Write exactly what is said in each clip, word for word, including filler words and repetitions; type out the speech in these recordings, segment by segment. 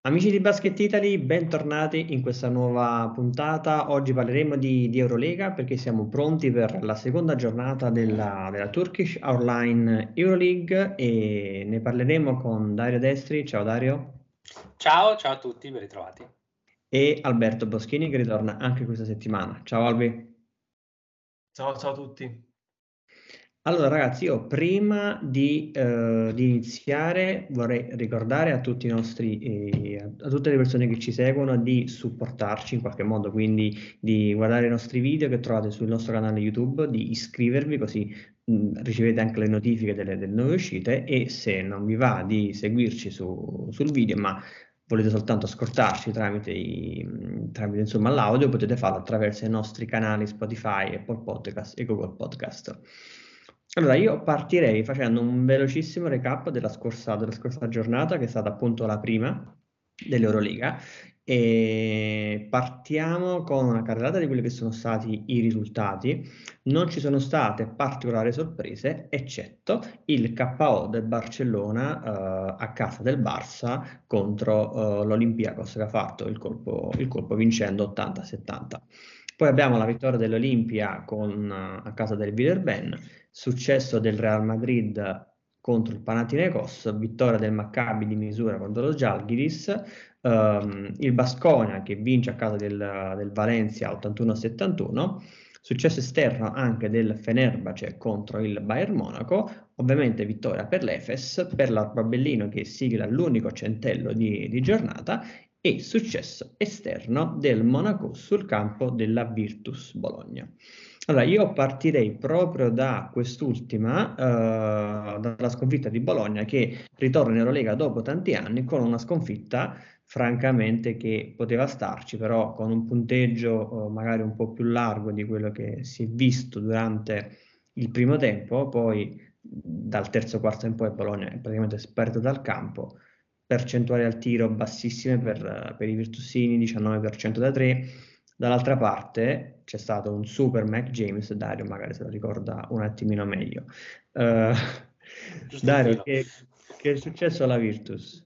Amici di Basket Italy, bentornati in questa nuova puntata. Oggi parleremo di, di Eurolega perché siamo pronti per la seconda giornata della, della Turkish Online Euroleague e ne parleremo con Dario Destri. Ciao Dario. Ciao, ciao a tutti, ben ritrovati. E Alberto Boschini che ritorna anche questa settimana. Ciao Albi. Ciao, ciao a tutti. Allora ragazzi, io prima di, eh, di iniziare vorrei ricordare a tutti i nostri, eh, a tutte le persone che ci seguono di supportarci in qualche modo, quindi di guardare i nostri video che trovate sul nostro canale YouTube, di iscrivervi così mh, ricevete anche le notifiche delle, delle nuove uscite e se non vi va di seguirci su- sul video, ma volete soltanto ascoltarci tramite, i, tramite insomma, l'audio, potete farlo attraverso i nostri canali Spotify, Apple Podcast e Google Podcast. Allora, io partirei facendo un velocissimo recap della scorsa, della scorsa giornata, che è stata appunto la prima dell'Euroliga, e partiamo con una carrellata di quelli che sono stati i risultati. Non ci sono state particolari sorprese, eccetto il K O del Barcellona eh, a casa del Barça contro eh, l'Olympiakos che ha fatto il colpo, il colpo vincendo ottanta a settanta. Poi abbiamo la vittoria dell'Olimpia con, eh, a casa del Villeurbanne, successo del Real Madrid contro il Panathinaikos, vittoria del Maccabi di misura contro lo Žalgiris, ehm, il Baskonia che vince a casa del, del Valencia ottantuno a settantuno, successo esterno anche del Fenerbahce contro il Bayern Monaco, ovviamente vittoria per l'Efes, per l'Arbabellino che sigla l'unico centello di, di giornata e successo esterno del Monaco sul campo della Virtus Bologna. Allora, io partirei proprio da quest'ultima, eh, dalla sconfitta di Bologna che ritorna in Eurolega dopo tanti anni con una sconfitta francamente che poteva starci, però con un punteggio eh, magari un po' più largo di quello che si è visto durante il primo tempo, poi dal terzo quarto in poi Bologna è praticamente sparita dal campo, percentuali al tiro bassissime per, per i virtusini, diciannove per cento da tre. Dall'altra parte c'è stato un super Mac James, Dario magari se lo ricorda un attimino meglio. Uh, Dario, che, che è successo alla Virtus?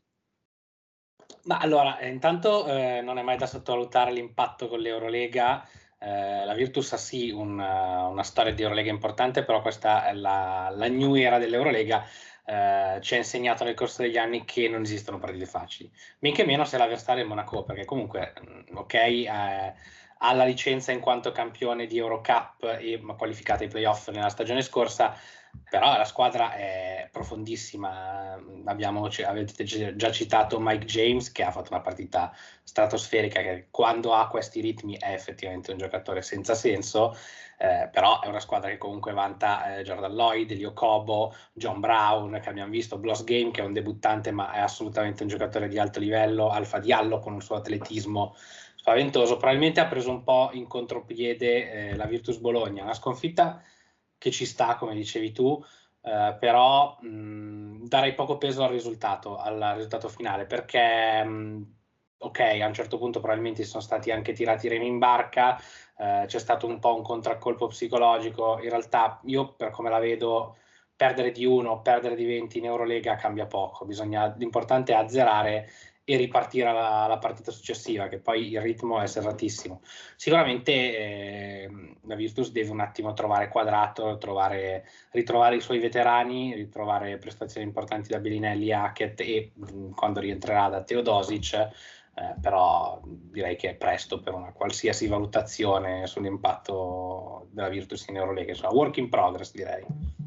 Ma allora, eh, intanto eh, non è mai da sottovalutare l'impatto con l'Eurolega. Eh, la Virtus ha sì una, una storia di Eurolega importante, però questa è la, la new era dell'Eurolega. Eh, ci ha insegnato nel corso degli anni che non esistono partite facili. Men che meno se l'avversario è Monaco, perché comunque, mh, ok, eh, ha la licenza in quanto campione di Eurocup e qualificata ai playoff nella stagione scorsa, però la squadra è profondissima. Abbiamo, cioè, avete già citato Mike James che ha fatto una partita stratosferica, che quando ha questi ritmi è effettivamente un giocatore senza senso, eh, però è una squadra che comunque vanta eh, Jordan Lloyd, Elio Kobo, John Brown, che abbiamo visto, Bloss Game che è un debuttante ma è assolutamente un giocatore di alto livello, Alfa Diallo con il suo atletismo spaventoso. Probabilmente ha preso un po' in contropiede eh, la Virtus Bologna, una sconfitta che ci sta, come dicevi tu, eh, però mh, darei poco peso al risultato, al risultato finale, perché mh, ok, a un certo punto probabilmente sono stati anche tirati i remi in barca, eh, c'è stato un po' un contraccolpo psicologico. In realtà io, per come la vedo, perdere di uno, perdere di venti in Eurolega cambia poco, bisogna, l'importante è azzerare e ripartire alla, alla partita successiva, che poi il ritmo è serratissimo. Sicuramente eh, la Virtus deve un attimo trovare quadrato, trovare, ritrovare i suoi veterani, ritrovare prestazioni importanti da Bellinelli, Hackett e mh, quando rientrerà da Teodosic, eh, però direi che è presto per una qualsiasi valutazione sull'impatto della Virtus in Eurolega, insomma, work in progress direi.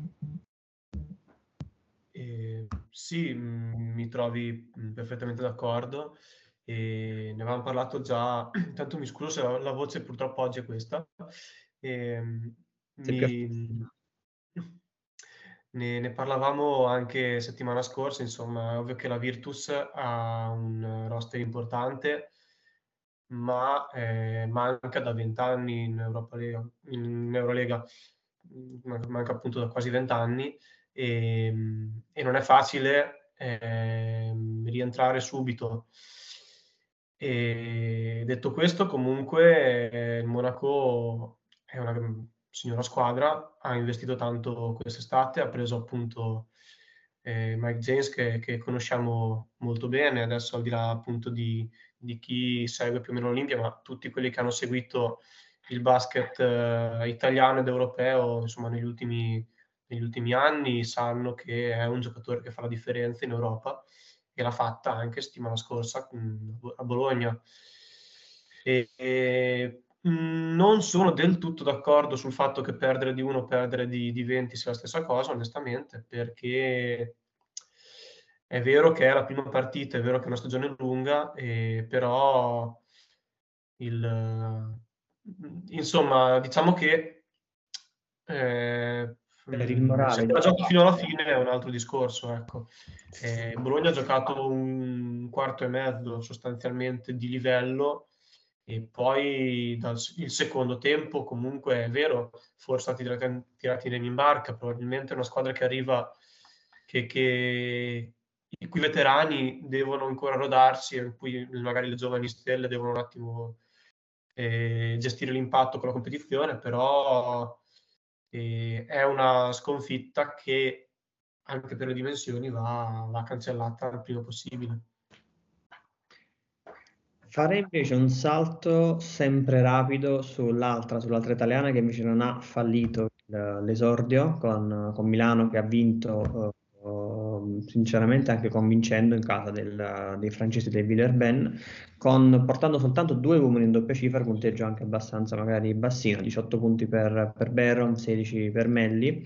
Eh, sì, mh, mi trovi mh, perfettamente d'accordo. E ne avevamo parlato già, intanto mi scuso se la, la voce purtroppo oggi è questa. E, mh, Sei più mi, ne, ne parlavamo anche settimana scorsa, insomma, è ovvio che la Virtus ha un roster importante, ma eh, manca da vent'anni in Europa Lega, in Eurolega, manca appunto da quasi vent'anni e, e non è facile eh, rientrare subito. E detto questo, comunque eh, il Monaco è una signora squadra, ha investito tanto quest'estate, ha preso appunto eh, Mike James che, che conosciamo molto bene, adesso al di là appunto di, di chi segue più o meno l'Olimpia, ma tutti quelli che hanno seguito il basket eh, italiano ed europeo, insomma, negli ultimi, negli ultimi anni sanno che è un giocatore che fa la differenza in Europa e l'ha fatta anche settimana scorsa mh, a Bologna. E, e, mh, non sono del tutto d'accordo sul fatto che perdere di uno o perdere di, di venti sia la stessa cosa, onestamente, perché è vero che è la prima partita, è vero che è una stagione lunga, e, però il, insomma, diciamo che eh, Per il mh, se morale, te la giochi diciamo. fino alla fine è un altro discorso, ecco. Eh, Bologna ha giocato un quarto e mezzo sostanzialmente di livello e poi dal, il secondo tempo comunque è vero, forse stati tirati, tirati in barca, probabilmente è una squadra che arriva che, che i cui veterani devono ancora rodarsi, in cui magari le giovani stelle devono un attimo eh, gestire l'impatto con la competizione, però eh, è una sconfitta che anche per le dimensioni va, va cancellata il prima possibile. Farei invece un salto sempre rapido sull'altra, sull'altra italiana che invece non ha fallito il- l'esordio con, con Milano che ha vinto eh, eh, sinceramente anche convincendo in casa del- dei francesi del Villeurbanne, con, portando soltanto due uomini in doppia cifra, punteggio anche abbastanza magari bassino, diciotto punti per, per Beron, sedici per Melli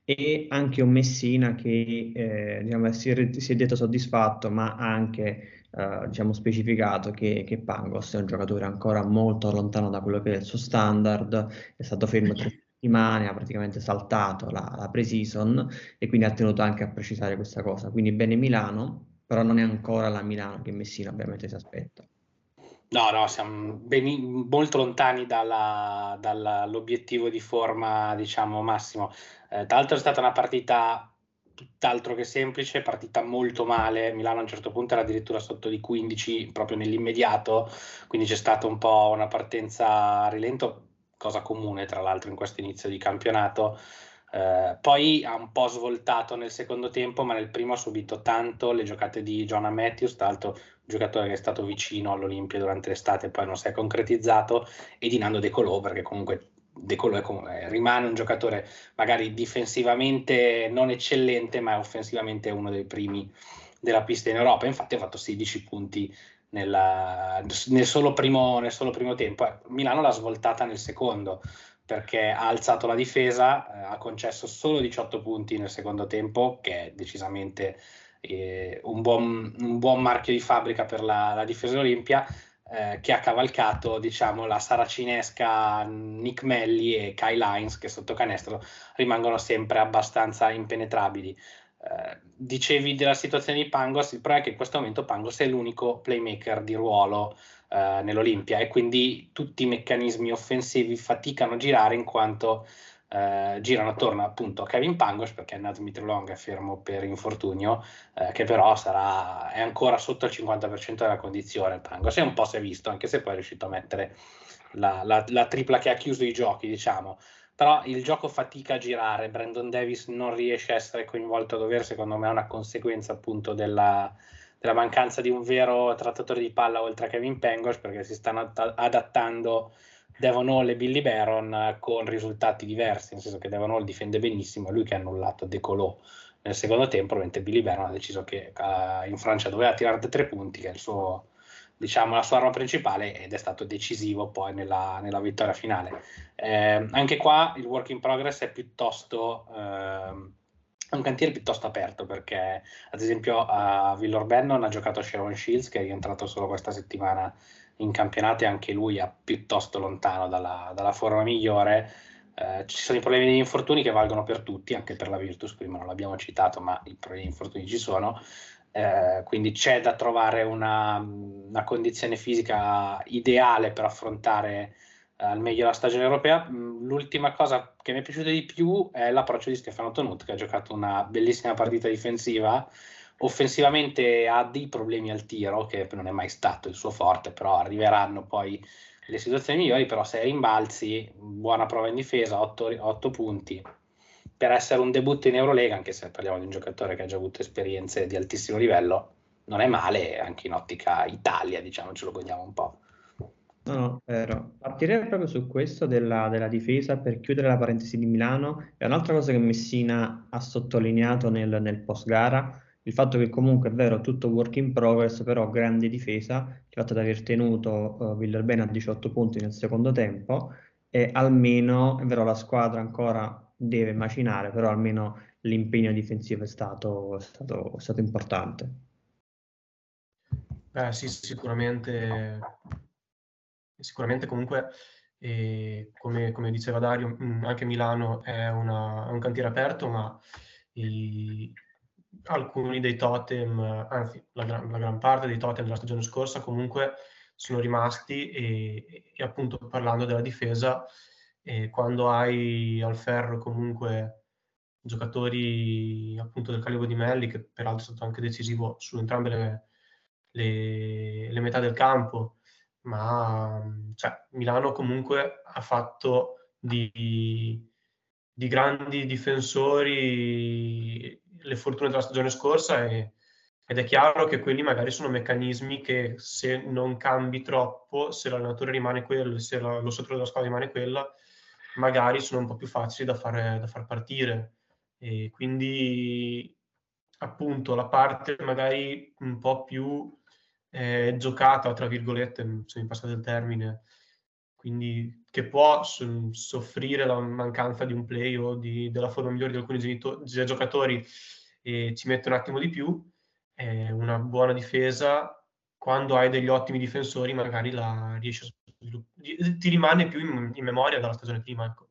e anche un Messina che eh, diciamo, si, è, si è detto soddisfatto ma ha anche eh, diciamo, specificato che, che Pangos è un giocatore ancora molto lontano da quello che è il suo standard, è stato fermo tre settimane, ha praticamente saltato la, la pre-season e quindi ha tenuto anche a precisare questa cosa. Quindi bene Milano, però non è ancora la Milano che Messina ovviamente si aspetta. No, no, siamo beni- molto lontani dalla- dall'obiettivo di forma, diciamo, massimo. Eh, tra l'altro è stata una partita tutt'altro che semplice, partita molto male. Milano a un certo punto era addirittura sotto di quindici proprio nell'immediato, quindi c'è stata un po' una partenza a rilento, cosa comune tra l'altro in questo inizio di campionato. Eh, poi ha un po' svoltato nel secondo tempo, ma nel primo ha subito tanto le giocate di Jonah Matthews, tra l'altro giocatore che è stato vicino all'Olimpia durante l'estate e poi non si è concretizzato, e di Nando De Colò, perché comunque De Colò è comunque, rimane un giocatore magari difensivamente non eccellente, ma è offensivamente uno dei primi della pista in Europa. Infatti ha fatto sedici punti nella, nel, solo primo, nel solo primo tempo. Milano l'ha svoltata nel secondo, perché ha alzato la difesa, eh, ha concesso solo diciotto punti nel secondo tempo, che è decisamente eh, un, buon, un buon marchio di fabbrica per la, la difesa Olimpia, eh, che ha cavalcato, diciamo, la saracinesca Nick Melli e Kyle Hines, che sotto canestro rimangono sempre abbastanza impenetrabili. Eh, dicevi della situazione di Pangos, il problema è che in questo momento Pangos è l'unico playmaker di ruolo eh, nell'Olimpia e quindi tutti i meccanismi offensivi faticano a girare in quanto eh, girano attorno appunto a Kevin Pangos, perché Naz Mitrolong è fermo per infortunio, eh, che però sarà, è ancora sotto il cinquanta per cento della condizione. Pangos e un po' si è visto, anche se poi è riuscito a mettere la, la, la tripla che ha chiuso i giochi, diciamo. Però il gioco fatica a girare, Brandon Davis non riesce a essere coinvolto a dovere, secondo me è una conseguenza appunto della, della mancanza di un vero trattatore di palla oltre a Kevin Pangos, perché si stanno adattando Devon Hall e Billy Baron con risultati diversi, nel senso che Devon Hall difende benissimo, è lui che ha annullato De Colò nel secondo tempo, mentre Billy Baron ha deciso che uh, in Francia doveva tirare tre punti, che è il suo, diciamo, la sua arma principale, ed è stato decisivo poi nella, nella vittoria finale. Eh, anche qua il work in progress è piuttosto eh, un cantiere piuttosto aperto, perché ad esempio a Villeurbanne non ha giocato Sharon Shields, che è rientrato solo questa settimana in campionato e anche lui è piuttosto lontano dalla, dalla forma migliore. Eh, ci sono i problemi degli infortuni che valgono per tutti, anche per la Virtus, prima non l'abbiamo citato, ma i problemi di infortuni ci sono. Eh, quindi c'è da trovare una, una condizione fisica ideale per affrontare eh, al meglio la stagione europea. L'ultima cosa che mi è piaciuta di più è l'approccio di Stefano Tonut, che ha giocato una bellissima partita difensiva. Offensivamente ha dei problemi al tiro, che non è mai stato il suo forte, però arriveranno poi le situazioni migliori. Però sei rimbalzi, buona prova in difesa, otto punti, per essere un debutto in Eurolega, anche se parliamo di un giocatore che ha già avuto esperienze di altissimo livello, non è male, anche in ottica Italia, diciamo, ce lo godiamo un po'. No, no, vero. Partirei proprio su questo della, della difesa per chiudere la parentesi di Milano. È un'altra cosa che Messina ha sottolineato nel, nel post-gara, il fatto che comunque è vero, tutto work in progress, però grande difesa, il fatto di aver tenuto uh, Villerbene a diciotto punti nel secondo tempo, e almeno, è vero, la squadra ancora deve macinare, però almeno l'impegno difensivo è stato, è stato, è stato importante. Beh, sì, sicuramente, sicuramente comunque, eh, come, come diceva Dario, mh, anche Milano è, una, è un cantiere aperto, ma i, alcuni dei totem, anzi la gran, la gran parte dei totem della stagione scorsa comunque sono rimasti e, e appunto parlando della difesa, eh, quando hai al ferro comunque giocatori appunto del calibro di Melli, che peraltro è stato anche decisivo su entrambe le, le, le metà del campo, ma cioè, Milano comunque ha fatto di, di grandi difensori le fortune della stagione scorsa e, ed è chiaro che quelli magari sono meccanismi che se non cambi troppo, se l'allenatore rimane quello, se la, lo l'ossatura della squadra rimane quella, magari sono un po' più facili da far, da far partire. E quindi appunto la parte magari un po' più eh, giocata, tra virgolette, se mi passate il termine, quindi che può so- soffrire la mancanza di un play o di, della forma migliore di alcuni genito- giocatori e ci mette un attimo di più, eh, una buona difesa, quando hai degli ottimi difensori magari la riesci a sviluppare, ti rimane più in, in memoria dalla stagione prima, ecco.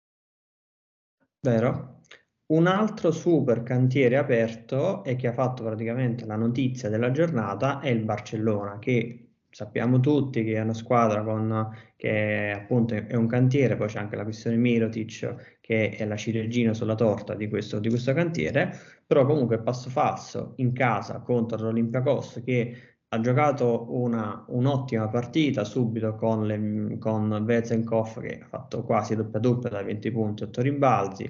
Vero? Un altro super cantiere aperto e che ha fatto praticamente la notizia della giornata è il Barcellona, che sappiamo tutti che è una squadra con, che appunto è un cantiere, poi c'è anche la questione Mirotic che è la ciliegina sulla torta di questo, di questo cantiere, però comunque passo falso in casa contro l'Olympiacos che ha giocato una, un'ottima partita subito con, le, con Vezenkov che ha fatto quasi doppia doppia da venti punti, otto rimbalzi.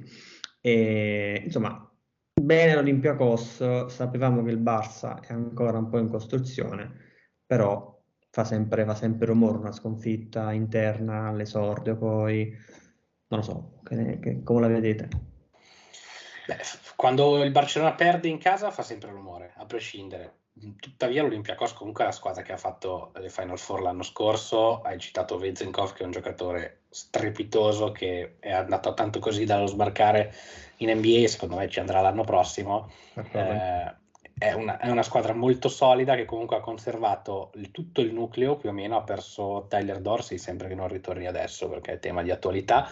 E, insomma, bene l'Olympiacos, sapevamo che il Barça è ancora un po' in costruzione, però fa sempre, fa sempre rumore una sconfitta interna all'esordio, poi non lo so, che ne- che- come la vedete? Beh, quando il Barcellona perde in casa fa sempre rumore, a prescindere. Tuttavia l'Olympiacos comunque è la squadra che ha fatto le Final Four l'anno scorso. Hai citato Vezenkov, che è un giocatore strepitoso, che è andato tanto così dallo sbarcare in N B A, secondo me ci andrà l'anno prossimo. Eh, è, una, è una squadra molto solida che comunque ha conservato il, tutto il nucleo, più o meno. Ha perso Tyler Dorsey, sempre che non ritorni adesso perché è tema di attualità.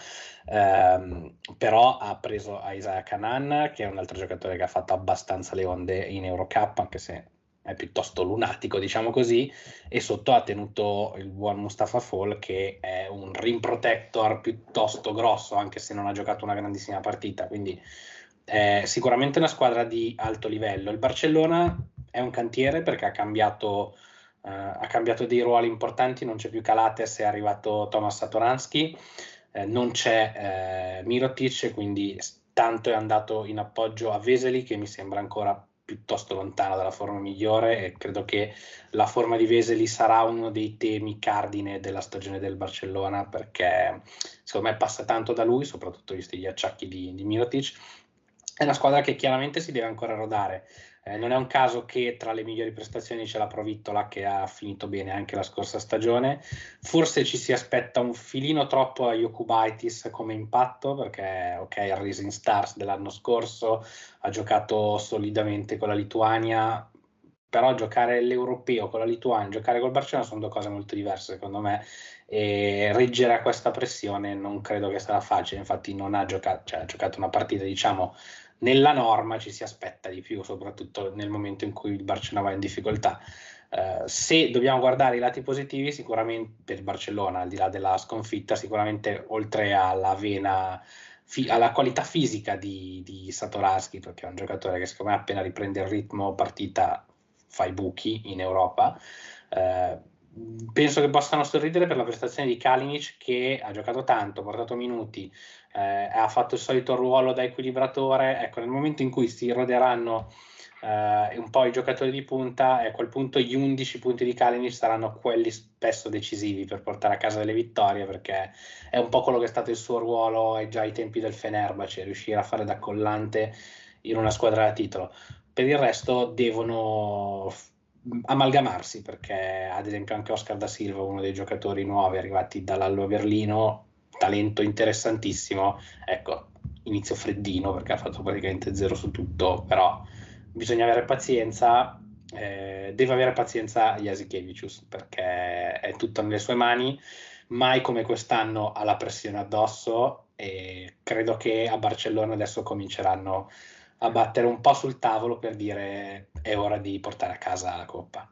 Um, però ha preso Isaiah Canan, che è un altro giocatore che ha fatto abbastanza le onde in Eurocup, anche se è piuttosto lunatico, diciamo così, e sotto ha tenuto il buon Mustafa Fall, che è un rim protector piuttosto grosso, anche se non ha giocato una grandissima partita, quindi è sicuramente una squadra di alto livello. Il Barcellona è un cantiere perché ha cambiato, uh, ha cambiato dei ruoli importanti, non c'è più Calates, è arrivato Thomas Satoransky. Eh, non c'è eh, Mirotic, quindi tanto è andato in appoggio a Vesely, che mi sembra ancora piuttosto lontano dalla forma migliore, e credo che la forma di Vesely sarà uno dei temi cardine della stagione del Barcellona, perché secondo me passa tanto da lui, soprattutto visti gli acciacchi di, di Mirotic. È una squadra che chiaramente si deve ancora rodare. Eh, non è un caso che tra le migliori prestazioni c'è la Provittola, che ha finito bene anche la scorsa stagione. Forse ci si aspetta un filino troppo a Jokubaitis come impatto, perché ok, il Rising Stars dell'anno scorso ha giocato solidamente con la Lituania, però giocare l'Europeo con la Lituania, giocare col Barcellona sono due cose molto diverse secondo me, e reggere a questa pressione non credo che sarà facile. Infatti non ha giocato, cioè ha giocato una partita, diciamo, nella norma. Ci si aspetta di più, soprattutto nel momento in cui il Barcellona va in difficoltà. Uh, se dobbiamo guardare i lati positivi, sicuramente per il Barcellona, al di là della sconfitta, sicuramente oltre alla vena, fi- alla qualità fisica di, di Satoransky, perché è un giocatore che secondo me appena riprende il ritmo partita fa i buchi in Europa. Uh, penso che possano sorridere per la prestazione di Kalinic, che ha giocato tanto, ha portato minuti, eh, ha fatto il solito ruolo da equilibratore. Ecco, nel momento in cui si roderanno eh, un po' i giocatori di punta, a quel punto gli undici punti di Kalinic saranno quelli spesso decisivi per portare a casa delle vittorie, perché è un po' quello che è stato il suo ruolo ai già ai tempi del Fenerbahce, riuscire a fare da collante in una squadra da titolo. Per il resto devono amalgamarsi, perché ad esempio anche Oscar da Silva, uno dei giocatori nuovi arrivati dall'Alba Berlino, talento interessantissimo, ecco, inizio freddino perché ha fatto praticamente zero su tutto, però bisogna avere pazienza, eh, deve avere pazienza Jasikevicius, perché è tutto nelle sue mani, mai come quest'anno ha la pressione addosso, e credo che a Barcellona adesso cominceranno a battere un po' sul tavolo per dire è ora di portare a casa la Coppa.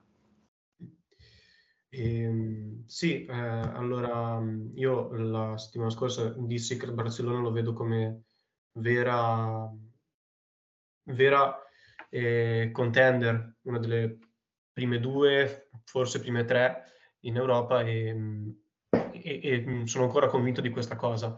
Ehm, sì, eh, allora io la settimana scorsa dissi che il Barcellona lo vedo come vera, vera eh, contender, una delle prime due, forse prime tre in Europa, e, e, e sono ancora convinto di questa cosa.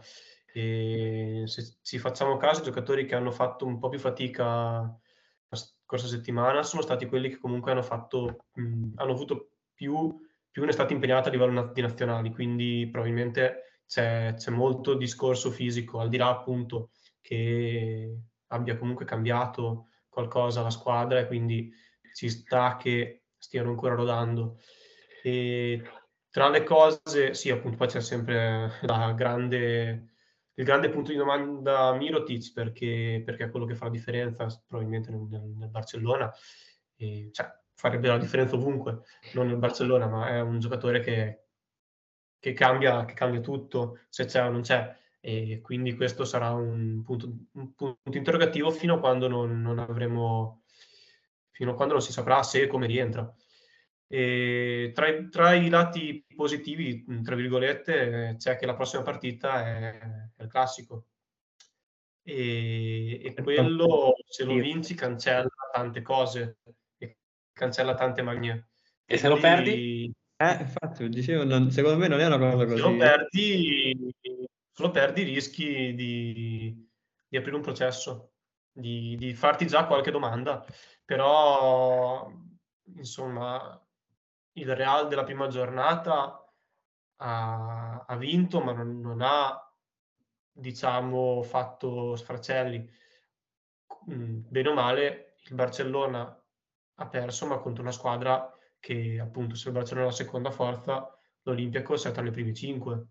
E se ci facciamo caso, i giocatori che hanno fatto un po' più fatica la scorsa settimana sono stati quelli che comunque hanno fatto, mh, hanno avuto più, più un'estate impegnata a livello di nazionali, quindi probabilmente c'è, c'è molto discorso fisico, al di là appunto che abbia comunque cambiato qualcosa la squadra, e quindi ci sta che stiano ancora rodando. E tra le cose, sì, appunto, poi c'è sempre la grande, il grande punto di domanda Mirotic, perché, perché è quello che fa la differenza probabilmente nel, nel Barcellona, e, cioè, farebbe la differenza ovunque, non nel Barcellona, ma è un giocatore che, che, cambia, che cambia tutto, se c'è o non c'è, e quindi questo sarà un punto, un punto interrogativo fino a quando non, non avremo, fino a quando non si saprà se e come rientra. E tra, i, tra i lati positivi, tra virgolette, c'è che la prossima partita è, è il classico, e, e quello, se lo vinci, cancella tante cose, e cancella tante magie. E se lo perdi? Quindi Eh, infatti, dicevo, non- secondo me non è una cosa se lo così. perdi, se lo perdi rischi di, di aprire un processo, di, di farti già qualche domanda, però insomma il Real della prima giornata ha, ha vinto, ma non, non ha, diciamo, fatto sfracelli. Mm, bene o male il Barcellona ha perso, ma contro una squadra che, appunto, se il Barcellona è la seconda forza, l'Olympiacos è tra le prime cinque.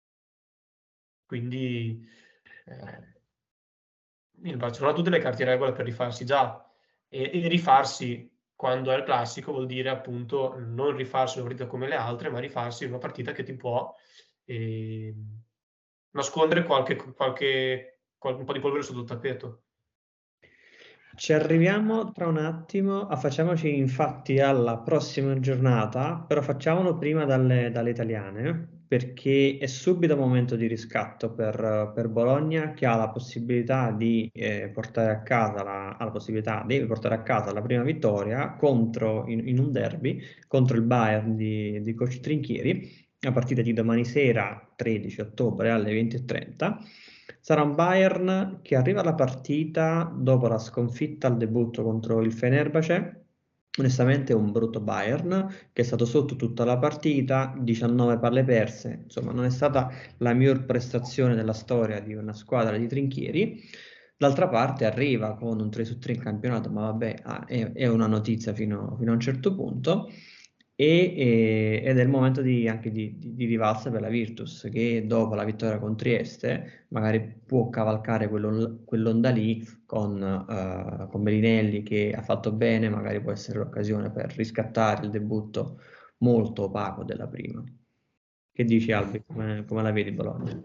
Quindi eh, il Barcellona ha tutte le carte in regola per rifarsi già, e, e rifarsi quando è il classico vuol dire appunto non rifarsi una partita come le altre, ma rifarsi una partita che ti può eh, nascondere qualche, qualche, qual- un po' di polvere sotto il tappeto. Ci arriviamo tra un attimo, ah, facciamoci infatti alla prossima giornata, però facciamolo prima dalle, dalle italiane, perché è subito un momento di riscatto per, per Bologna, che ha la possibilità di eh, portare a casa la, ha la possibilità, deve portare a casa la prima vittoria contro, in, in un derby contro il Bayern di, di Coach Trinchieri, a partita di domani sera, tredici ottobre alle venti e trenta. Sarà un Bayern che arriva alla partita dopo la sconfitta al debutto contro il Fenerbahce. Onestamente è un brutto Bayern che è stato sotto tutta la partita, diciannove palle perse, insomma non è stata la miglior prestazione della storia di una squadra di Trinchieri. D'altra parte arriva con un tre su tre in campionato, ma vabbè, ah, è, è una notizia fino, fino a un certo punto. E, e- ed è il momento di, anche di, di, di rivalsa per la Virtus, che dopo la vittoria con Trieste magari può cavalcare quello- quell'onda lì con, eh, con Bellinelli, che ha fatto bene, magari può essere l'occasione per riscattare il debutto molto opaco della prima. Che dici, Albi? Come, come la vedi Bologna?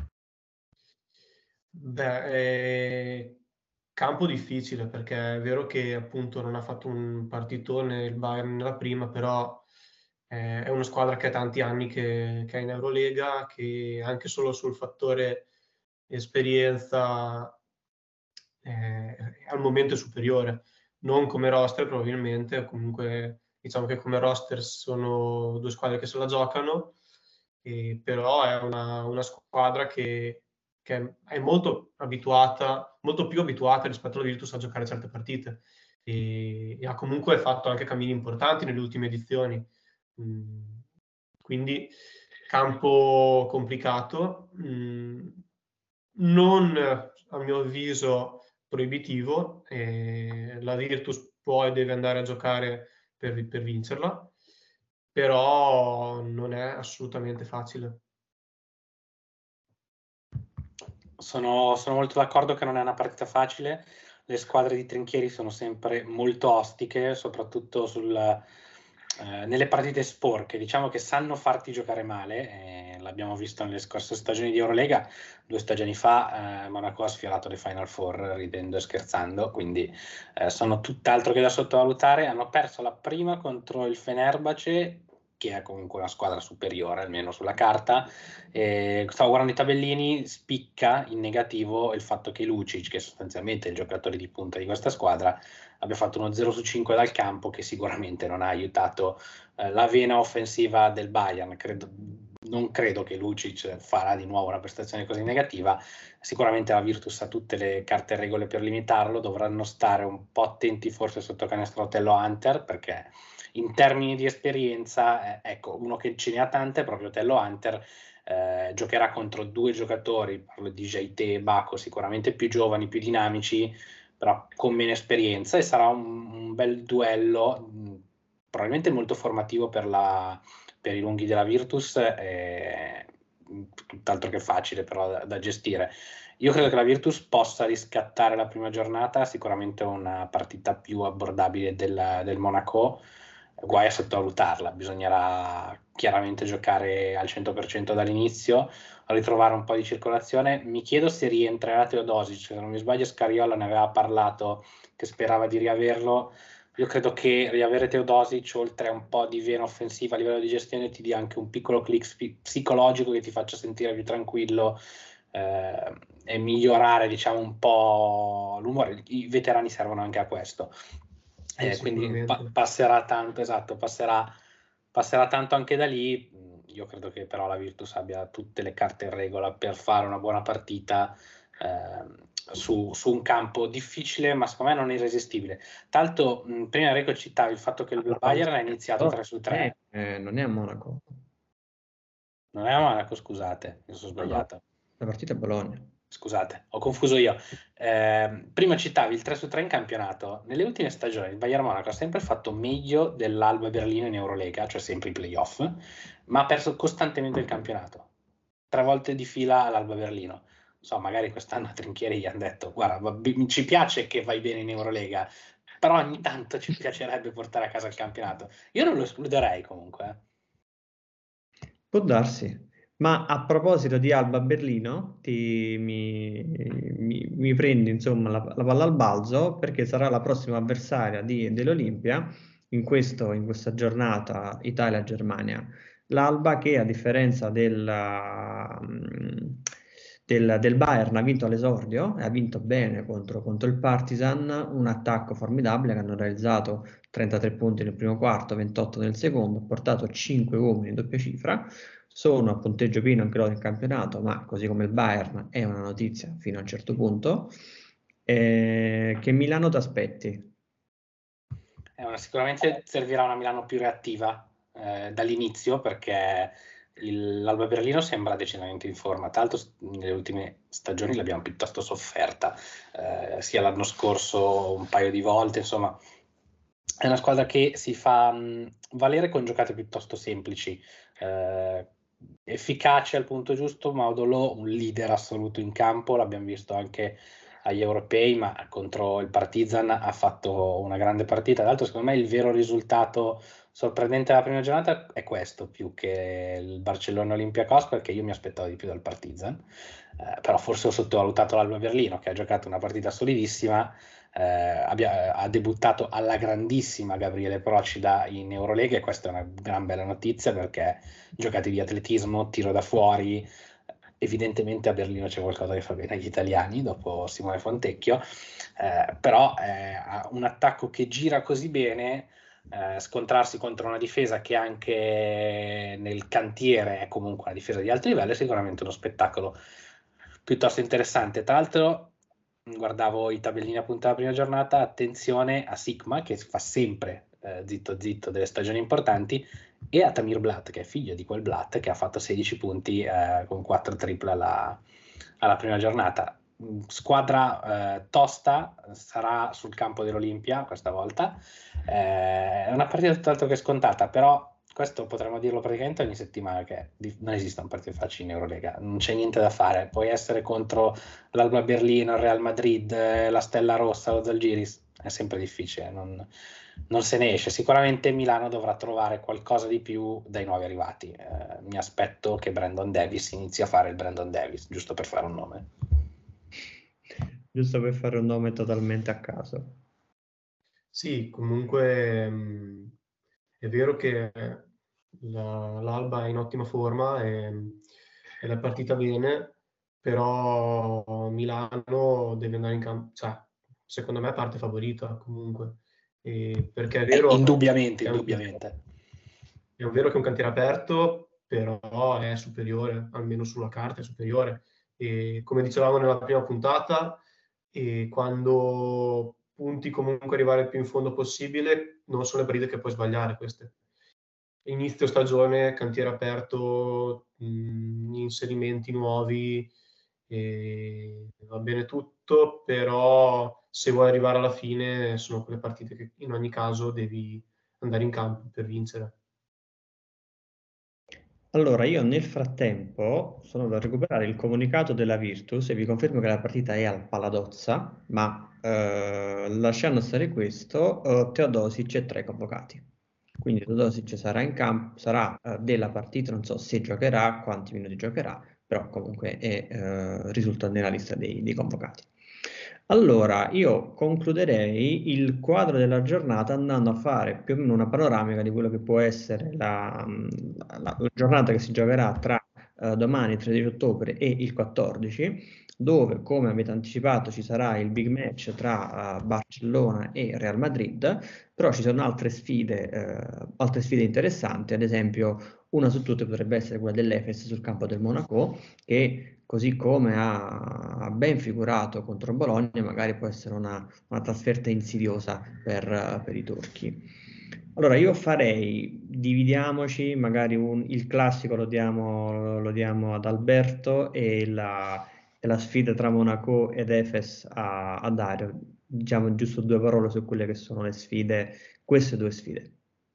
Beh, è campo difficile, perché è vero che appunto non ha fatto un partitone il Bayern nella prima, però eh, è una squadra che ha tanti anni che, che è in Eurolega, che anche solo sul fattore esperienza eh, al momento è superiore, non come roster probabilmente, o comunque diciamo che come roster sono due squadre che se la giocano, e però è una, una squadra che, che è molto abituata, molto più abituata rispetto alla Virtus a giocare certe partite, e, e ha comunque fatto anche cammini importanti nelle ultime edizioni. Mm, quindi campo complicato, mm, non a mio avviso proibitivo, eh, la Virtus può e deve andare a giocare per, per vincerla, però non è assolutamente facile. Sono, sono molto d'accordo che non è una partita facile. Le squadre di Trinchieri sono sempre molto ostiche, soprattutto sul, eh, nelle partite sporche. Diciamo che sanno farti giocare male, eh, l'abbiamo visto nelle scorse stagioni di Eurolega. Due stagioni fa eh, Monaco ha sfiorato le Final Four ridendo e scherzando, quindi eh, sono tutt'altro che da sottovalutare. Hanno perso la prima contro il Fenerbahce, che è comunque una squadra superiore, almeno sulla carta. Eh, stavo guardando i tabellini, spicca in negativo il fatto che Lucic, che sostanzialmente è il giocatore di punta di questa squadra, abbia fatto uno zero su cinque dal campo, che sicuramente non ha aiutato eh, la vena offensiva del Bayern. Credo, non credo che Lucic farà di nuovo una prestazione così negativa. Sicuramente la Virtus ha tutte le carte e regole per limitarlo, dovranno stare un po' attenti forse sotto canestro Tello Hunter, perché in termini di esperienza, eh, ecco, uno che ce ne ha tante è proprio Tello Hunter. Eh, giocherà contro due giocatori, parlo di J T e Baco, sicuramente più giovani, più dinamici, però con meno esperienza, e sarà un, un bel duello, mh, probabilmente molto formativo per, la, per i lunghi della Virtus, eh, tutt'altro che facile però da, da gestire. Io credo che la Virtus possa riscattare la prima giornata, sicuramente una partita più abbordabile del, del Monaco. Guai a sottovalutarla, bisognerà chiaramente giocare al cento per cento dall'inizio, ritrovare un po' di circolazione. Mi chiedo se rientrerà Teodosic, se non mi sbaglio Scariola ne aveva parlato, che sperava di riaverlo. Io credo che riavere Teodosic, oltre a un po' di vena offensiva a livello di gestione, ti dia anche un piccolo click psicologico che ti faccia sentire più tranquillo, eh, e migliorare, diciamo, un po' l'umore. I veterani servono anche a questo. Eh, quindi pa- passerà tanto, esatto, passerà, passerà tanto anche da lì. Io credo che però la Virtus abbia tutte le carte in regola per fare una buona partita eh, su, su un campo difficile, ma secondo me non irresistibile. Tanto mh, prima Enrico citava il fatto che il Bayern ha iniziato tre su tre. Eh, non è a Monaco. Non è a Monaco, scusate, mi sono sbagliato. No, la partita è Bologna. Scusate, ho confuso io. Eh, prima citavi il tre su tre in campionato. Nelle ultime stagioni il Bayern Monaco ha sempre fatto meglio dell'Alba Berlino in Eurolega, cioè sempre i playoff, ma ha perso costantemente il campionato. Tre volte di fila all'Alba Berlino. So, magari quest'anno a Trinchieri gli hanno detto: guarda, ci piace che vai bene in Eurolega, però ogni tanto ci piacerebbe portare a casa il campionato. Io non lo escluderei comunque. Può darsi. Ma a proposito di Alba Berlino, ti, mi, mi, mi prendi insomma la, la palla al balzo, perché sarà la prossima avversaria di, dell'Olimpia in, questo, in questa giornata Italia-Germania. L'Alba che, a differenza del, del, del Bayern, ha vinto all'esordio e ha vinto bene contro, contro il Partizan, un attacco formidabile che hanno realizzato trentatré punti nel primo quarto, ventotto nel secondo, ha portato cinque uomini in doppia cifra. Sono a punteggio pieno anche loro nel campionato, ma così come il Bayern è una notizia fino a un certo punto. Eh, che Milano ti aspetti? Eh, una, sicuramente servirà una Milano più reattiva eh, dall'inizio, perché il, l'Alba Berlino sembra decisamente in forma. Tra l'altro nelle ultime stagioni l'abbiamo piuttosto sofferta, eh, sia l'anno scorso un paio di volte, insomma è una squadra che si fa mh, valere con giocate piuttosto semplici, eh, efficace al punto giusto. Maudolo, un leader assoluto in campo, l'abbiamo visto anche agli europei, ma contro il Partizan ha fatto una grande partita. Tra l'altro, secondo me il vero risultato sorprendente della prima giornata è questo, più che il Barcellona Olympiacos, perché io mi aspettavo di più dal Partizan, eh, però forse ho sottovalutato l'Alba Berlino, che ha giocato una partita solidissima. Eh, abbia, ha debuttato alla grandissima Gabriele Procida in Eurolega, e questa è una gran bella notizia, perché giocati di atletismo, tiro da fuori, evidentemente a Berlino c'è qualcosa che fa bene agli italiani dopo Simone Fontecchio, eh, però eh, ha un attacco che gira così bene, eh, scontrarsi contro una difesa che anche nel cantiere è comunque una difesa di alto livello è sicuramente uno spettacolo piuttosto interessante. Tra l'altro guardavo i tabellini appunto della prima giornata, attenzione a Sigma che fa sempre eh, zitto zitto delle stagioni importanti, e a Tamir Blatt che è figlio di quel Blatt che ha fatto sedici punti eh, con quattro triple alla, alla prima giornata. Squadra eh, tosta, sarà sul campo dell'Olimpia questa volta, eh, è una partita tutt'altro che scontata, però questo potremmo dirlo praticamente ogni settimana, che non esistono partite facili in Eurolega, non c'è niente da fare, puoi essere contro l'Alba Berlino, il Real Madrid, la Stella Rossa, lo Zalgiris, è sempre difficile, non, non se ne esce. Sicuramente Milano dovrà trovare qualcosa di più dai nuovi arrivati, eh, mi aspetto che Brandon Davis inizi a fare il Brandon Davis, giusto per fare un nome. Giusto per fare un nome totalmente a caso. Sì, comunque mh, è vero che la, l'Alba è in ottima forma e, e è partita bene, però Milano deve andare in campo, cioè, secondo me parte favorita comunque, e perché è vero eh, indubbiamente, che è un, indubbiamente. è vero che è un cantiere aperto, però è superiore, almeno sulla carta è superiore. E come dicevamo nella prima puntata, e quando punti comunque arrivare il più in fondo possibile, non sono le partite che puoi sbagliare queste. Inizio stagione, cantiere aperto, mh, inserimenti nuovi, e va bene tutto, però se vuoi arrivare alla fine sono quelle partite che in ogni caso devi andare in campo per vincere. Allora, io nel frattempo sono da recuperare il comunicato della Virtus e vi confermo che la partita è al Paladozza, ma eh, lasciando stare questo, eh, Teodosic è tra i convocati. Quindi Teodosic sarà in campo, sarà eh, della partita, non so se giocherà, quanti minuti giocherà, però comunque è, eh, risulta nella lista dei, dei convocati. Allora, io concluderei il quadro della giornata andando a fare più o meno una panoramica di quello che può essere la, la- la giornata che si giocherà tra eh, domani, tredici ottobre, e il quattordici, dove, come avete anticipato, ci sarà il big match tra eh, Barcellona e Real Madrid, però ci sono altre sfide, eh, altre sfide interessanti, ad esempio una su tutte potrebbe essere quella dell'Efes sul campo del Monaco, che così come ha, ha ben figurato contro Bologna, magari può essere una, una trasferta insidiosa per, per i turchi. Allora io farei, dividiamoci, magari un- il classico lo diamo, lo diamo ad Alberto e la, e la sfida tra Monaco ed Efes a, a Dario. Diciamo giusto due parole su quelle che sono le sfide, queste due sfide.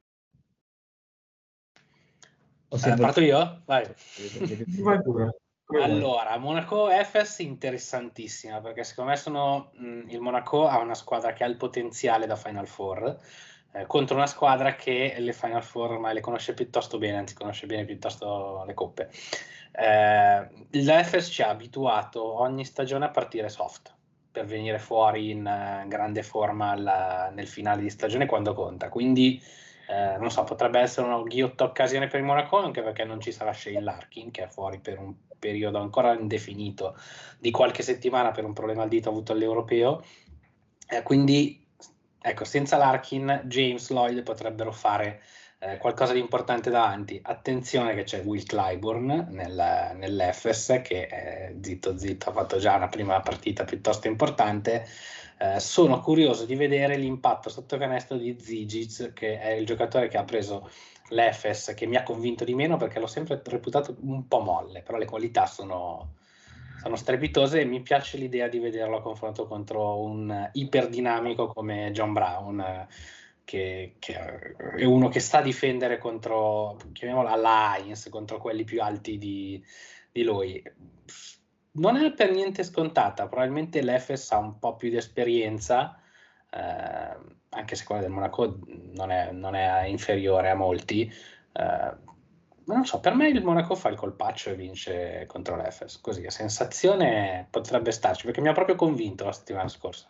O se Eh, parto io? Vai. Vai pure. Come vuoi. Allora, Monaco-Efes interessantissima, perché secondo me sono, mh, il Monaco ha una squadra che ha il potenziale da Final Four, eh, contro una squadra che le Final Four ormai le conosce piuttosto bene, anzi conosce bene piuttosto le coppe. Eh, L'Efes ci ha abituato ogni stagione a partire soft, per venire fuori in uh, grande forma alla, nel finale di stagione quando conta, quindi eh, non so, potrebbe essere una ghiotta occasione per il Monaco, anche perché non ci sarà Shane Larkin, che è fuori per un periodo ancora indefinito di qualche settimana per un problema al dito avuto all'Europeo. Eh, quindi, ecco, senza Larkin, James Lloyd potrebbero fare eh, qualcosa di importante davanti. Attenzione che c'è Will Clyburn nel, nell'Efes, che eh, zitto zitto ha fatto già una prima partita piuttosto importante. Eh, sono curioso di vedere l'impatto sotto canestro di Zigic, che è il giocatore che ha preso l'Efes, che mi ha convinto di meno perché l'ho sempre reputato un po' molle, però le qualità sono, sono strepitose e mi piace l'idea di vederlo a confronto contro un iperdinamico come John Brown, che, che è uno che sa difendere contro, chiamiamola alla Heinz, contro quelli più alti di, di lui. Non è per niente scontata, probabilmente l'Efes ha un po' più di esperienza, eh, anche se quella del Monaco non è, non è inferiore a molti, eh, ma non so, per me il Monaco fa il colpaccio e vince contro l'Efes, così a sensazione potrebbe starci, perché mi ha proprio convinto la settimana scorsa.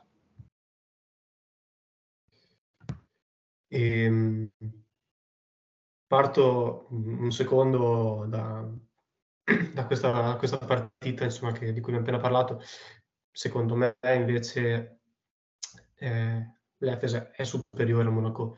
E, parto un secondo da, da questa, questa partita insomma, che, di cui abbiamo appena parlato. Secondo me invece eh, l'Efes è superiore al Monaco,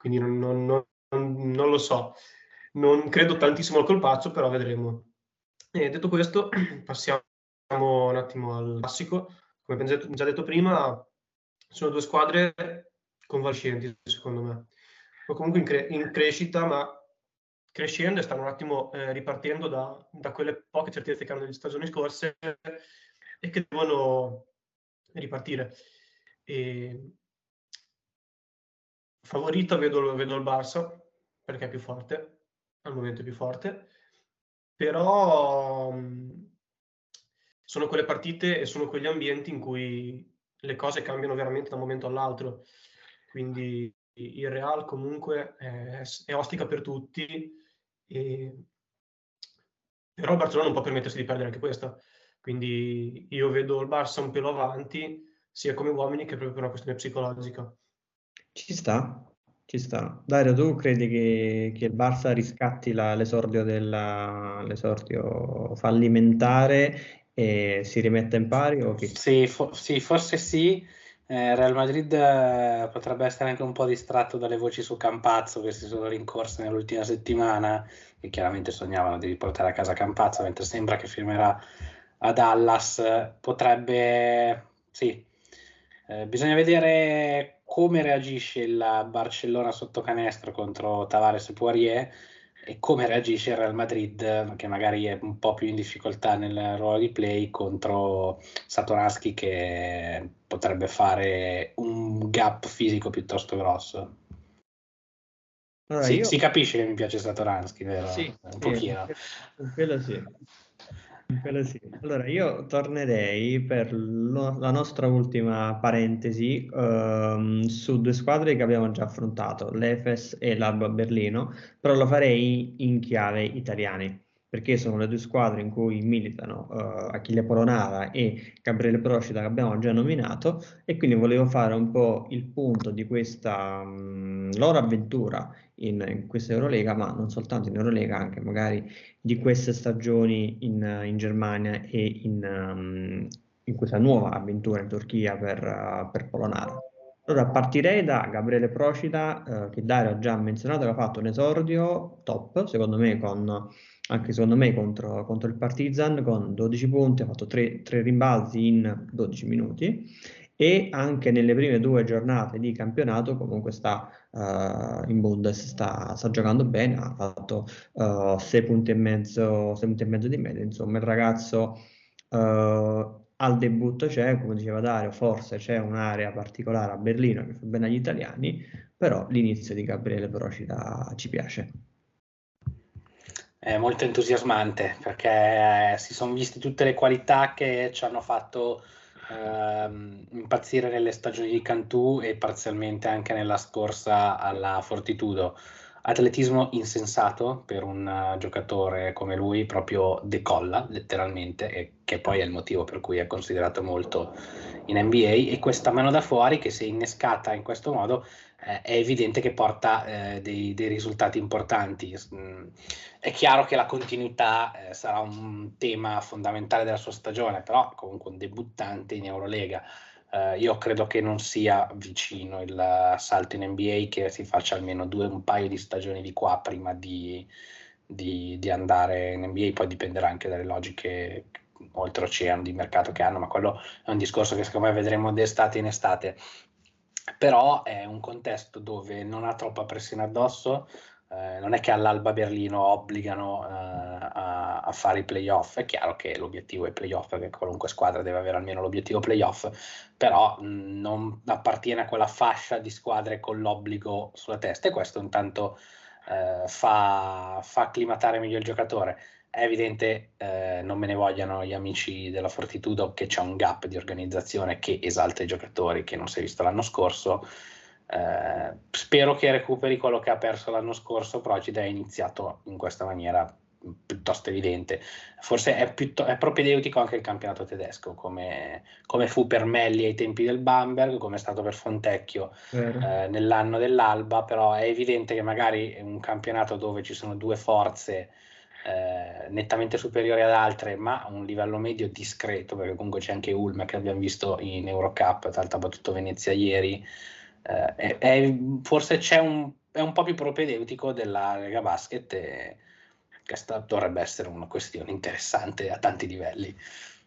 quindi non, non, non, non lo so. Non credo tantissimo al colpaccio, però vedremo. E detto questo, passiamo un attimo al classico. Come abbiamo già detto prima, sono due squadre convalescenti, secondo me, o comunque in, cre- in crescita, ma crescendo e stanno un attimo eh, ripartendo da, da quelle poche certezze che hanno nelle stagioni scorse e che devono ripartire. E... favorito vedo, vedo il Barça, perché è più forte, al momento è più forte, però mh, sono quelle partite e sono quegli ambienti in cui le cose cambiano veramente da un momento all'altro. Quindi il Real comunque è, è ostica per tutti, e... però il Barcellona non può permettersi di perdere anche questa. Quindi io vedo il Barça un pelo avanti, sia come uomini che proprio per una questione psicologica. Ci sta, ci sta. Dario, tu credi che, che il Barça riscatti la- l'esordio, della- l'esordio fallimentare e si rimetta in pari o che? Sì, fo- sì, forse sì. Eh, Real Madrid eh, potrebbe essere anche un po' distratto dalle voci su Campazzo che si sono rincorse nell'ultima settimana, che chiaramente sognavano di riportare a casa Campazzo, mentre sembra che firmerà a Dallas. Potrebbe, sì. Eh, bisogna vedere come reagisce il Barcellona sotto canestro contro Tavares e Poirier e come reagisce il Real Madrid, che magari è un po' più in difficoltà nel ruolo di play, contro Satoransky, che potrebbe fare un gap fisico piuttosto grosso. Allora Si, io si capisce che mi piace Satoransky, vero? sì, Un sì, pochino. quello sì. Quello sì. Allora, io tornerei per lo- la nostra ultima parentesi ehm, su due squadre che abbiamo già affrontato, l'Efes e l'Alba Berlino, però lo farei in chiave italiani, perché sono le due squadre in cui militano eh, Achille Polonara e Gabriele Procida che abbiamo già nominato e quindi volevo fare un po' il punto di questa mh, loro avventura in, in questa Eurolega, ma non soltanto in Eurolega, anche magari di queste stagioni in, in Germania e in, um, in questa nuova avventura in Turchia per, uh, per Polonara. Allora partirei da Gabriele Procida, uh, che Dario ha già menzionato, che ha fatto un esordio top, secondo me, con, anche secondo me contro, contro il Partizan, con dodici punti, ha fatto tre rimbalzi in dodici minuti e anche nelle prime due giornate di campionato comunque sta uh, in Bundes, sta, sta giocando bene, ha fatto uh, sei punti e mezzo, sei punti e mezzo di media, insomma il ragazzo uh, al debutto c'è, come diceva Dario, forse c'è un'area particolare a Berlino che fa bene agli italiani, però l'inizio di Gabriele Procida ci piace. È molto entusiasmante perché si sono viste tutte le qualità che ci hanno fatto ehm, impazzire nelle stagioni di Cantù e parzialmente anche nella scorsa alla Fortitudo. Atletismo insensato per un uh, giocatore come lui, proprio decolla letteralmente, e che poi è il motivo per cui è considerato molto in N B A, e questa mano da fuori che, se innescata in questo modo, eh, è evidente che porta eh, dei, dei risultati importanti. Mm, è chiaro che la continuità eh, sarà un tema fondamentale della sua stagione, però comunque un debuttante in Eurolega. Uh, io credo che non sia vicino il salto in N B A, che si faccia almeno due, un paio di stagioni di qua prima di, di, di andare in N B A. Poi dipenderà anche dalle logiche oltreoceano di mercato che hanno, ma quello è un discorso che secondo me vedremo d'estate in estate. Però è un contesto dove non ha troppa pressione addosso. Eh, non è che all'Alba Berlino obbligano eh, a, a fare i playoff. È chiaro che l'obiettivo è playoff, perché qualunque squadra deve avere almeno l'obiettivo playoff, però mh, non appartiene a quella fascia di squadre con l'obbligo sulla testa, e questo intanto eh, fa, fa acclimatare meglio il giocatore. È evidente, eh, non me ne vogliano gli amici della Fortitudo, che c'è un gap di organizzazione che esalta i giocatori, che non si è visto l'anno scorso. Eh, spero che recuperi quello che ha perso l'anno scorso. Procida è iniziato in questa maniera piuttosto evidente. Forse è, piuttosto, è propedeutico anche il campionato tedesco, come, come fu per Melli ai tempi del Bamberg, come è stato per Fontecchio eh, nell'anno dell'Alba. Però è evidente che magari è un campionato dove ci sono due forze eh, nettamente superiori ad altre, ma a un livello medio discreto, perché comunque c'è anche Ulm, che abbiamo visto in Eurocup, tra l'altro ha battuto Venezia ieri. Eh, è, è, forse c'è un è un po' più propedeutico della Lega Basket e questa dovrebbe essere una questione interessante a tanti livelli.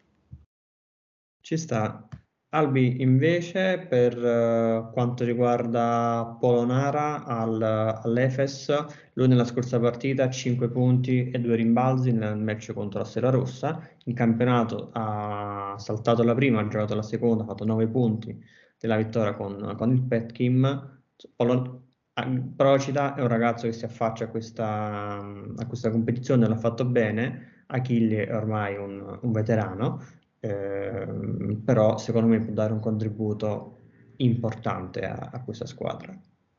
Ci sta. Albi, invece, per uh, quanto riguarda Polonara al, all'Efes, lui nella scorsa partita ha cinque punti e due rimbalzi nel match contro la Stella Rossa. In campionato ha saltato la prima, ha giocato la seconda, ha fatto nove punti della vittoria con, con il Petkim. Polon- Procida è un ragazzo che si affaccia a questa, a questa competizione, l'ha fatto bene. Achille è ormai un, un veterano. Eh, però secondo me può dare un contributo importante a, a questa squadra.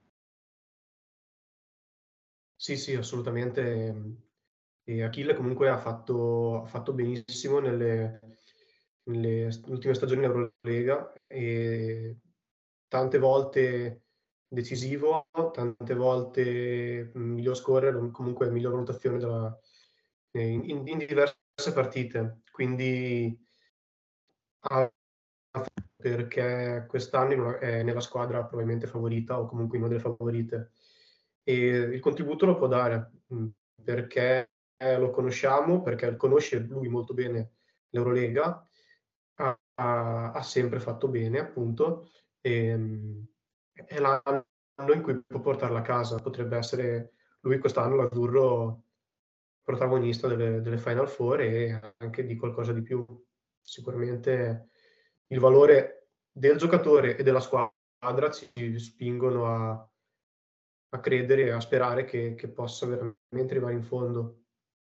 Sì, sì, assolutamente. E Achille comunque ha fatto, ha fatto benissimo nelle, nelle ultime stagioni in Eurolega e tante volte decisivo, tante volte miglior scorer, comunque miglior valutazione della, in, in diverse partite. Quindi ha perché quest'anno è nella squadra probabilmente favorita o comunque in una delle favorite e il contributo lo può dare perché lo conosciamo, perché conosce lui molto bene l'Eurolega, ha, ha, ha sempre fatto bene appunto e, è l'anno in cui può portarla a casa, potrebbe essere lui quest'anno l'azzurro protagonista delle, delle Final Four e anche di qualcosa di più. Sicuramente il valore del giocatore e della squadra ci spingono a, a credere e a sperare che, che possa veramente arrivare in fondo.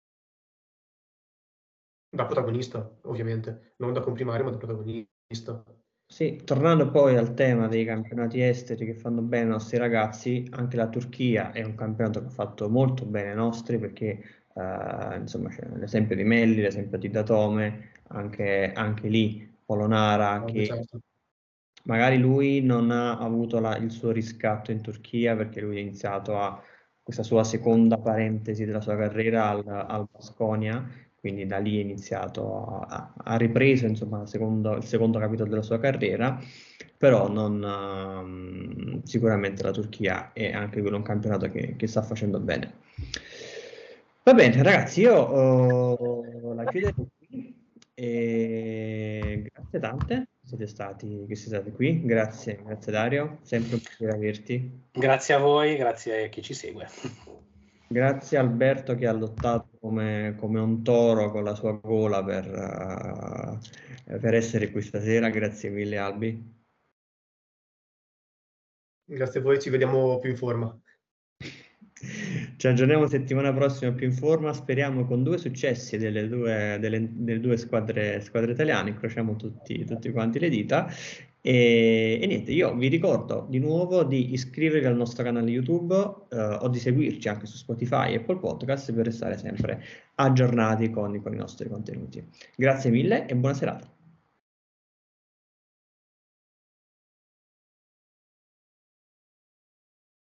Da protagonista, ovviamente, non da comprimario, ma da protagonista. Sì, tornando poi al tema dei campionati esteri che fanno bene ai nostri ragazzi, anche la Turchia è un campionato che ha fatto molto bene ai nostri perché eh, insomma c'è l'esempio di Melli, l'esempio di Datome, anche, anche lì Polonara No, che certo. magari lui non ha avuto la- il suo riscatto in Turchia perché lui ha iniziato a questa sua seconda parentesi della sua carriera al, al Baskonia, quindi da lì è iniziato a, ha ripreso insomma il secondo, il secondo capitolo della sua carriera, però non, ehm, sicuramente la Turchia è anche quello un campionato che, che sta facendo bene. Va bene, ragazzi, io eh, la chiuderei qui e grazie tante siete stati, che siete stati qui. Grazie, grazie Dario, sempre un piacere averti. Grazie a voi, grazie a chi ci segue. Grazie Alberto che ha lottato come, come un toro con la sua gola per, uh, per essere qui stasera. Grazie mille Albi. Grazie a voi, ci vediamo più in forma. Ci aggiorniamo settimana prossima più in forma, speriamo con due successi delle due, delle, delle due squadre, squadre italiane, incrociamo tutti, tutti quanti le dita. E, e niente, io vi ricordo di nuovo di iscrivervi al nostro canale YouTube eh, o di seguirci anche su Spotify e Apple Podcast per restare sempre aggiornati con, con i nostri contenuti. Grazie mille e buona serata.